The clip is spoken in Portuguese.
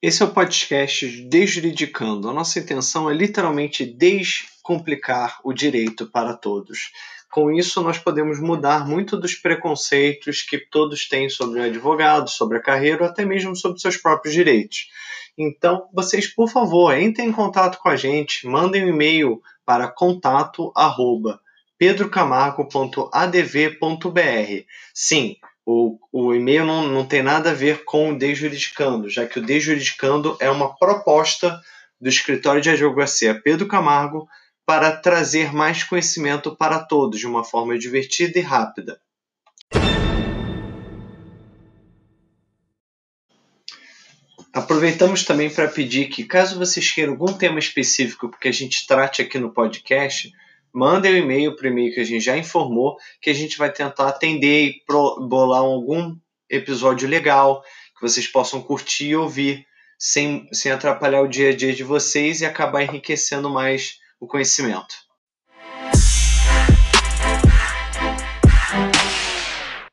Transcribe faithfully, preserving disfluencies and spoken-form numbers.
Esse é o podcast Desjuridicando. A nossa intenção é literalmente descomplicar o direito para todos. Com isso, nós podemos mudar muito dos preconceitos que todos têm sobre o advogado, sobre a carreira ou até mesmo sobre seus próprios direitos. Então, vocês, por favor, entrem em contato com a gente, mandem um e-mail para contato arroba pedrocamargo ponto a d v ponto b r. Sim, O, o e-mail não, não tem nada a ver com o Desjuridicando, já que o Desjuridicando é uma proposta do escritório de advocacia Pedro Camargo para trazer mais conhecimento para todos de uma forma divertida e rápida. Aproveitamos também para pedir que, caso vocês queiram algum tema específico que a gente trate aqui no podcast, mandem um e-mail para o e-mail que a gente já informou, que a gente vai tentar atender e bolar algum episódio legal, que vocês possam curtir e ouvir, sem, sem atrapalhar o dia a dia de vocês e acabar enriquecendo mais o conhecimento.